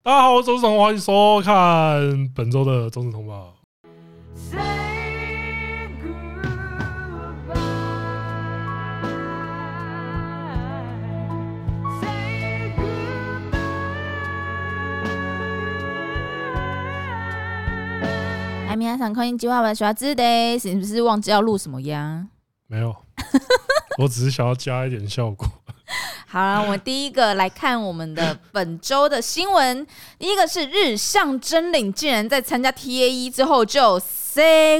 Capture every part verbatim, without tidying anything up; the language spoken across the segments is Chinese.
大家好，我是周世彤，欢迎收看本周的中时通报。 嗨，皆さんこんにちは，我是小智的。是不是忘记要录什么呀？ 没有，我只是想要加一点效果。 好啦，我们第一个来看我们的本周的新闻。第一个是日向真绫竟然在参加 T A E 之后就 say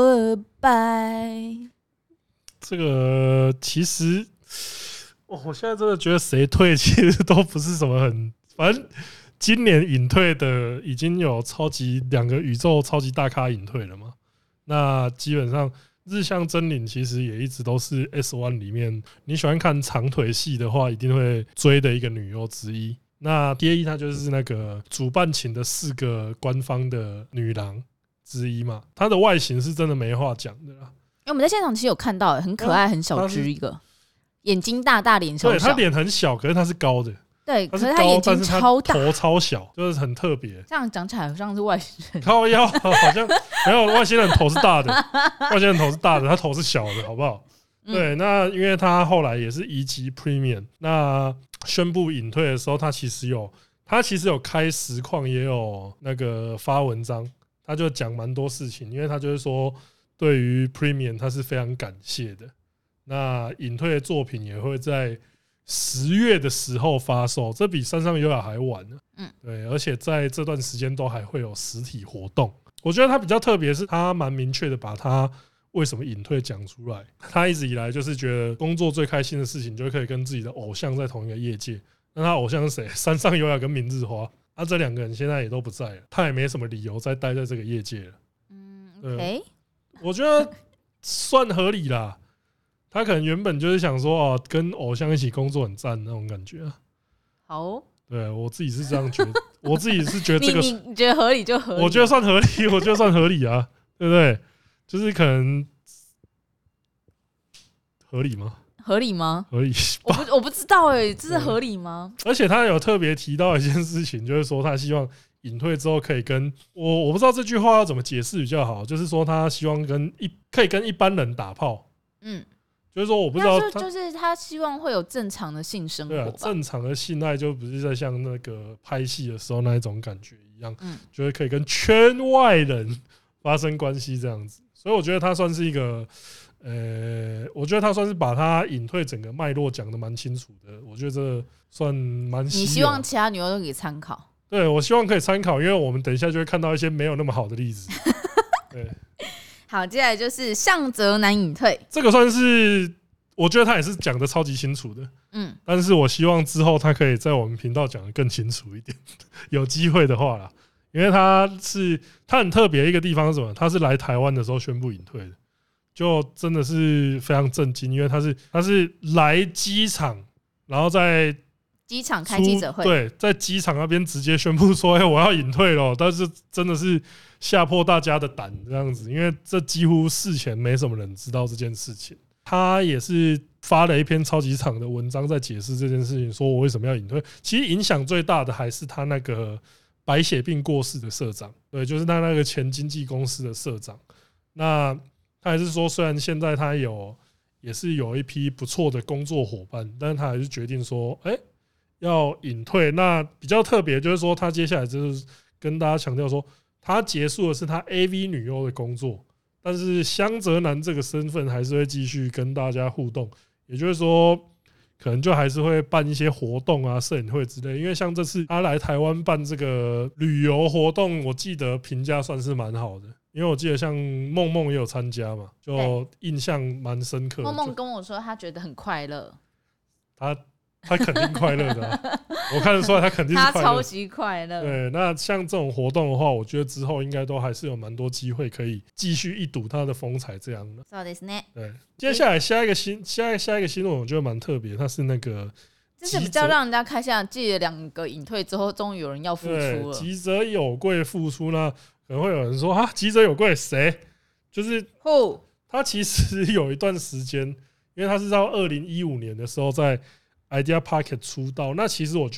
goodbye。 这个其实，哦，我现在真的觉得谁退其实都不是什么很，反正今年隐退的已经有超级两个宇宙超级大咖隐退了嘛。那基本上日向真绫其实也一直都是 S 一 里面你喜欢看长腿戏的话一定会追的一个女优之一。那 T A E 她就是那个主办请的四个官方的女郎之一嘛，她的外形是真的没话讲的啦。 因为我们在现场其实有看到，很可爱，很小只一个，眼睛大大，脸小小。 对，她脸很小，可是她是高的。 对， 可是她眼睛超大， 头超小，就是很特别。 这样讲起来好像是外星人。 靠腰好像没有，外星人头是大的，外星人头是大的，他头是小的，好不好？嗯、对，那因为他后来也是移籍 Premium， 那宣布隐退的时候，他其实有他其实有开实况，也有那个发文章，他就讲蛮多事情，因为他就是说对于 Premium 他是非常感谢的。那隐退的作品也会在十月的时候发售，这比山上优雅还晚呢。嗯，对，而且在这段时间都还会有实体活动。我觉得他比较特别，是他蛮明确的把他为什么隐退讲出来。他一直以来就是觉得工作最开心的事情，就可以跟自己的偶像在同一个业界。那他偶像是谁？山上优雅跟明日花。啊，这两个人现在也都不在了，他也没什么理由再待在这个业界了。 嗯 ，OK， 我觉得算合理啦。他可能原本就是想说哦，跟偶像一起工作很赞那种感觉、啊。 好、哦， 对我自己是这样觉得，我自己是觉得这个你你觉得合理就合理， 我觉得算合理，我觉得算合理啊，对不对？就是可能合理吗？ 合理吗？ 合理， 我不我不知道哎、欸，这是合理吗？ 而且他有特别提到一件事情，就是说他希望隐退之后可以跟我我不知道这句话要怎么解释比较好，就是说他希望跟一可以跟一般人打炮，嗯。就是说，我不知道他， 就是他希望会有正常的性生活吧。 对啊，正常的性爱就不是在像那个拍戏的时候那一种感觉一样，嗯，就是可以跟圈外人发生关系这样子。所以我觉得他算是一个，呃，我觉得他算是把他隐退整个脉络讲得蛮清楚的。我觉得这算蛮稀有的。 你希望其他女优都可以参考？ 对，我希望可以参考，因为我们等一下就会看到一些没有那么好的例子。对。 好，接下来就是向泽南隐退， 这个算是我觉得他也是讲的超级清楚的，嗯，但是我希望之后他可以在我们频道讲的更清楚一点，有机会的话啦，因为他是他很特别的一个地方是什么？他是来台湾的时候宣布隐退的，就真的是非常震惊，因为他是他是来机场，然后在机场开记者会， 对，在机场那边直接宣布说：“哎、欸，我要隐退了。”但是真的是吓破大家的胆，这样子，因为这几乎事前没什么人知道这件事情。他也是发了一篇超级长的文章在解释这件事情，说我为什么要隐退。其实影响最大的还是他那个白血病过世的社长，对，就是他那个前经纪公司的社长。那他还是说，虽然现在他有也是有一批不错的工作伙伴，但是他还是决定说，哎、欸。要隐退，那比较特别就是说，他接下来就是跟大家强调说，他结束的是他 A V 女优的工作，但是香泽南这个身份还是会继续跟大家互动，也就是说，可能就还是会办一些活动啊、摄影会之类。因为像这次他来台湾办这个旅游活动，我记得评价算是蛮好的，因为我记得像梦梦也有参加嘛，就印象蛮深刻的。 梦梦跟我说，他觉得很快乐。 他。他肯定快乐的、啊，我看得出来他肯定是快乐的， 他超级快乐。 对，那像这种活动的话，我觉得之后应该都还是有蛮多机会可以继续一睹他的风采这样的。 そうですね。 对，接下来下一个新下一下一个新闻，我觉得蛮特别，它是那个， 这是比较让人家开心的。继了两个隐退之后，终于有人要复出了。 吉泽有贵复出呢，可能会有人说啊，吉泽有贵谁？就是他其实有一段时间，因为他是到二零一五年的时候在。Idea Pocket 出道，那其实我觉得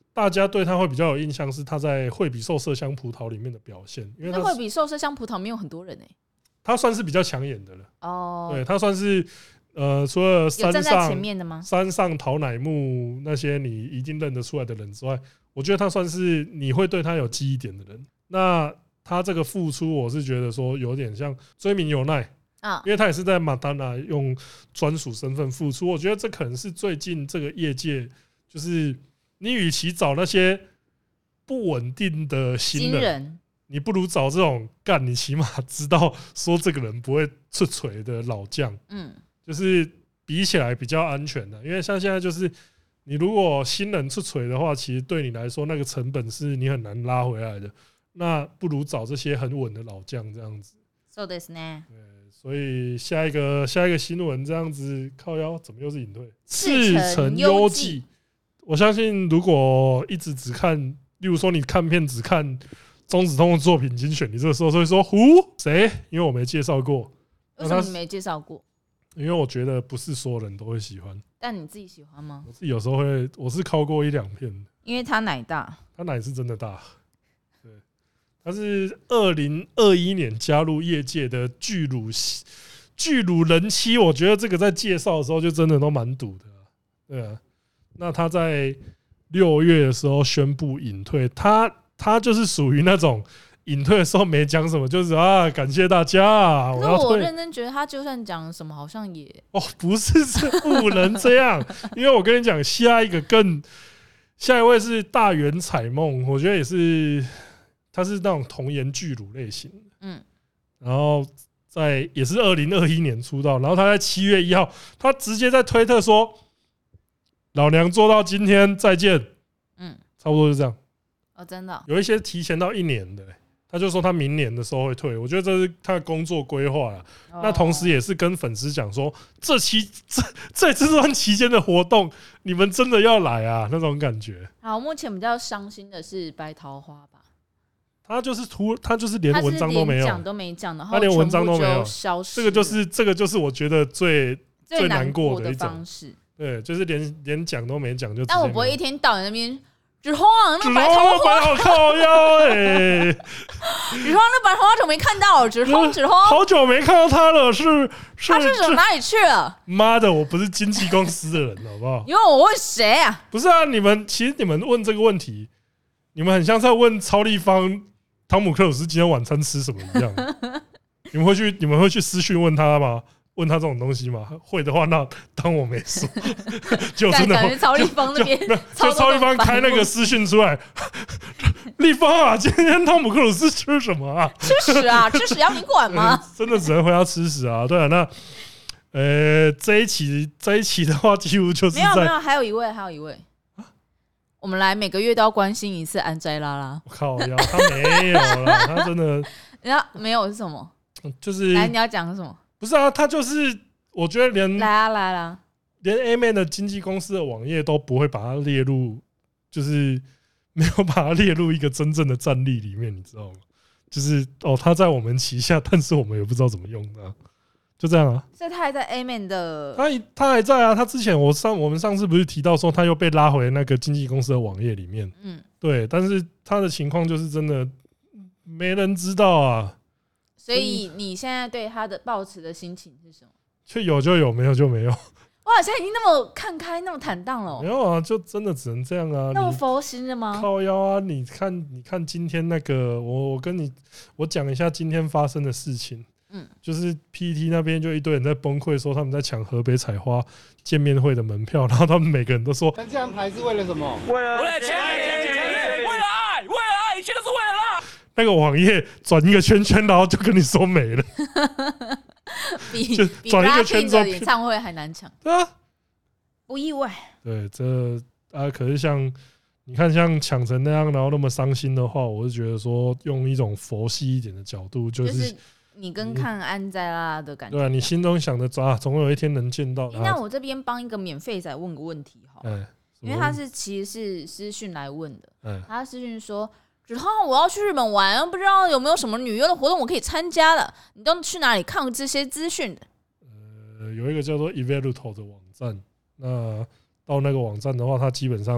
大家对他会比较有印象是他在惠比寿麝香葡萄里面的表现，因为那惠比寿麝香葡萄没有很多人哎、欸， 他算是比较抢眼的了。 哦， 对，他算是呃，除了山有站在上前面的吗？ 山上桃乃木那些你一定认得出来的人之外，我觉得他算是你会对他有记忆点的人。那他这个付出，我是觉得说有点像追名有奈啊，因为他也是在马丹娜用专属身份付出。我觉得这可能是最近这个业界，就是你与其找那些不稳定的新人，人你不如找这种干，你起码知道说这个人不会出锤的老将，嗯，就是比起来比较安全的。因为像现在就是你如果新人出锤的话，其实对你来说那个成本是你很难拉回来的。那不如找这些很稳的老将这样子。 そうですね。 对，所以下一个下一个新闻这样子靠腰，怎么又是隐退？ 赤城幽记。 我相信如果一直只看，例如说你看片只看钟子通的作品精选，你这个时候会说胡谁？因为我没介绍过。 为什么你没介绍过？ 因为我觉得不是所有人都会喜欢。 但你自己喜欢吗？ 我自己有时候会，我是靠过一两片的。 因为他奶大， 他奶是真的大。对，他是二零二一年加入业界的巨乳巨乳人妻，我觉得这个在介绍的时候就真的都蛮堵的、啊。对啊，那他在六月的时候宣布隐退，他他就是属于那种隐退的时候没讲什么，就是啊感谢大家、啊。 可是我认真觉得他就算讲什么，好像也哦不是是不能这样，因为我跟你讲下一个更下一位是大原彩梦，我觉得也是他是那种童颜巨乳类型的，嗯，然后在也是二零二一年出道，然后他在七月一号，他直接在推特说老娘做到今天再见，嗯，差不多是这样。 哦，真的、哦、 有一些提前到一年的、欸，他就说他明年的时候会退，我觉得这是他的工作规划啦。哦、那同时也是跟粉丝讲说，这期这在这段期间的活动，你们真的要来啊，那种感觉。 好，目前比较伤心的是白桃花吧， 他就是突，他就是连文章都没有， 讲都没讲，然后他连文章都没有， 消失。 这个就是这个就是我觉得最最难过的一种方式。 对，就是连连讲都没讲就。 但我不会一天到晚那边。纸花那白桃花好靠腰哎！ 纸花那白桃花怎么没看到？纸花纸花， 好久没看到他了，是是他是走哪里去了？ 妈的，我不是经纪公司的人，好不好？ 因为我问谁啊？ 不是啊，你们其实你们问这个问题，你们很像在问超立方、汤姆克鲁斯今天晚餐吃什么一样。你们会去你们会去私讯问他吗？问他这种东西吗？会的话，那当我没说。就真的感觉超立方那边， 就超立方开那个私讯出来，立方啊，今天汤姆克鲁斯吃什么啊？ 吃屎啊！吃屎要你管吗？ 真的只能回答吃屎啊！对啊，那呃这一期这一期的话，几乎就是没有没有，还有一位，还有一位。我们来每个月都要关心一次安斋拉拉。 我靠呀，他没有啦，他真的。 人家没有是什么？ 就是来，你要讲什么？ 不是啊，他就是我觉得连来啊来啊， 连 A-Man 的经纪公司的网页都不会把它列入，就是没有把它列入一个真正的战力里面，你知道吗？就是哦，他在我们旗下，但是我们也不知道怎么用的、啊，就这样啊。 所以他还在 A-Man 的， 他他还在啊。他之前我上我们上次不是提到说他又被拉回那个经纪公司的网页里面，嗯，对，但是他的情况就是真的没人知道啊。 所以你现在对他的抱持的心情是什么？ 就有就有，没有就没有。 哇，现在已经那么看开，那么坦荡了、喔。 没有啊，就真的只能这样啊。 那么佛心的吗？ 靠腰啊！你看，你看今天那个，我我跟你我讲一下今天发生的事情。嗯，就是 P T 那边就一堆人在崩溃，说他们在抢河北采花见面会的门票，然后他们每个人都说， 但这样排是为了什么？ 为了为了钱，为了爱，为了爱，一切都是为了爱。 那个网页转一个圈圈，然后就跟你说没了。 比转一个圈之后， 演唱会还难抢。 对啊， 不意外。 对，这啊，可是像你看，像抢成那样，然后那么伤心的话，我是觉得说，用一种佛系一点的角度，就是、就是、 你跟看安在拉的感觉。 对啊，你心中想的啊，总有一天能见到。 欸、那我这边帮一个免费仔问个问题哈，欸、因为他是其实是私讯来问的，欸、他私讯说。然后我要去日本玩，不知道有没有什么女优的活动我可以参加的？你都去哪里看这些资讯的？ 呃，有一个叫做 Evaluto 的网站，那到那个网站的话，它基本上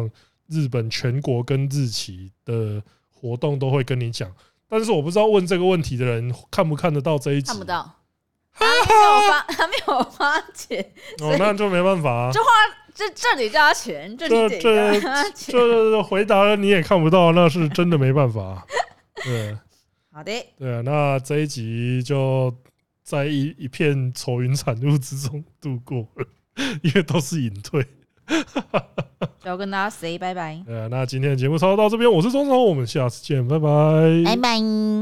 日本全国跟日期的活动都会跟你讲。但是我不知道问这个问题的人看不看得到这一集， 看不到，他没有发，他没有花钱， 哦，那就没办法、啊， 就花这这里加钱，这里得加钱， 这回答了你也看不到，那是真的没办法、啊。对， 好的， 对啊，那这一集就在一一片愁云惨雾之中度过了，因为都是隐退。 就要跟大家 say 拜拜。 对啊，那今天的节目差不多到这边，我是钟总，我们下次见，拜拜， 拜拜。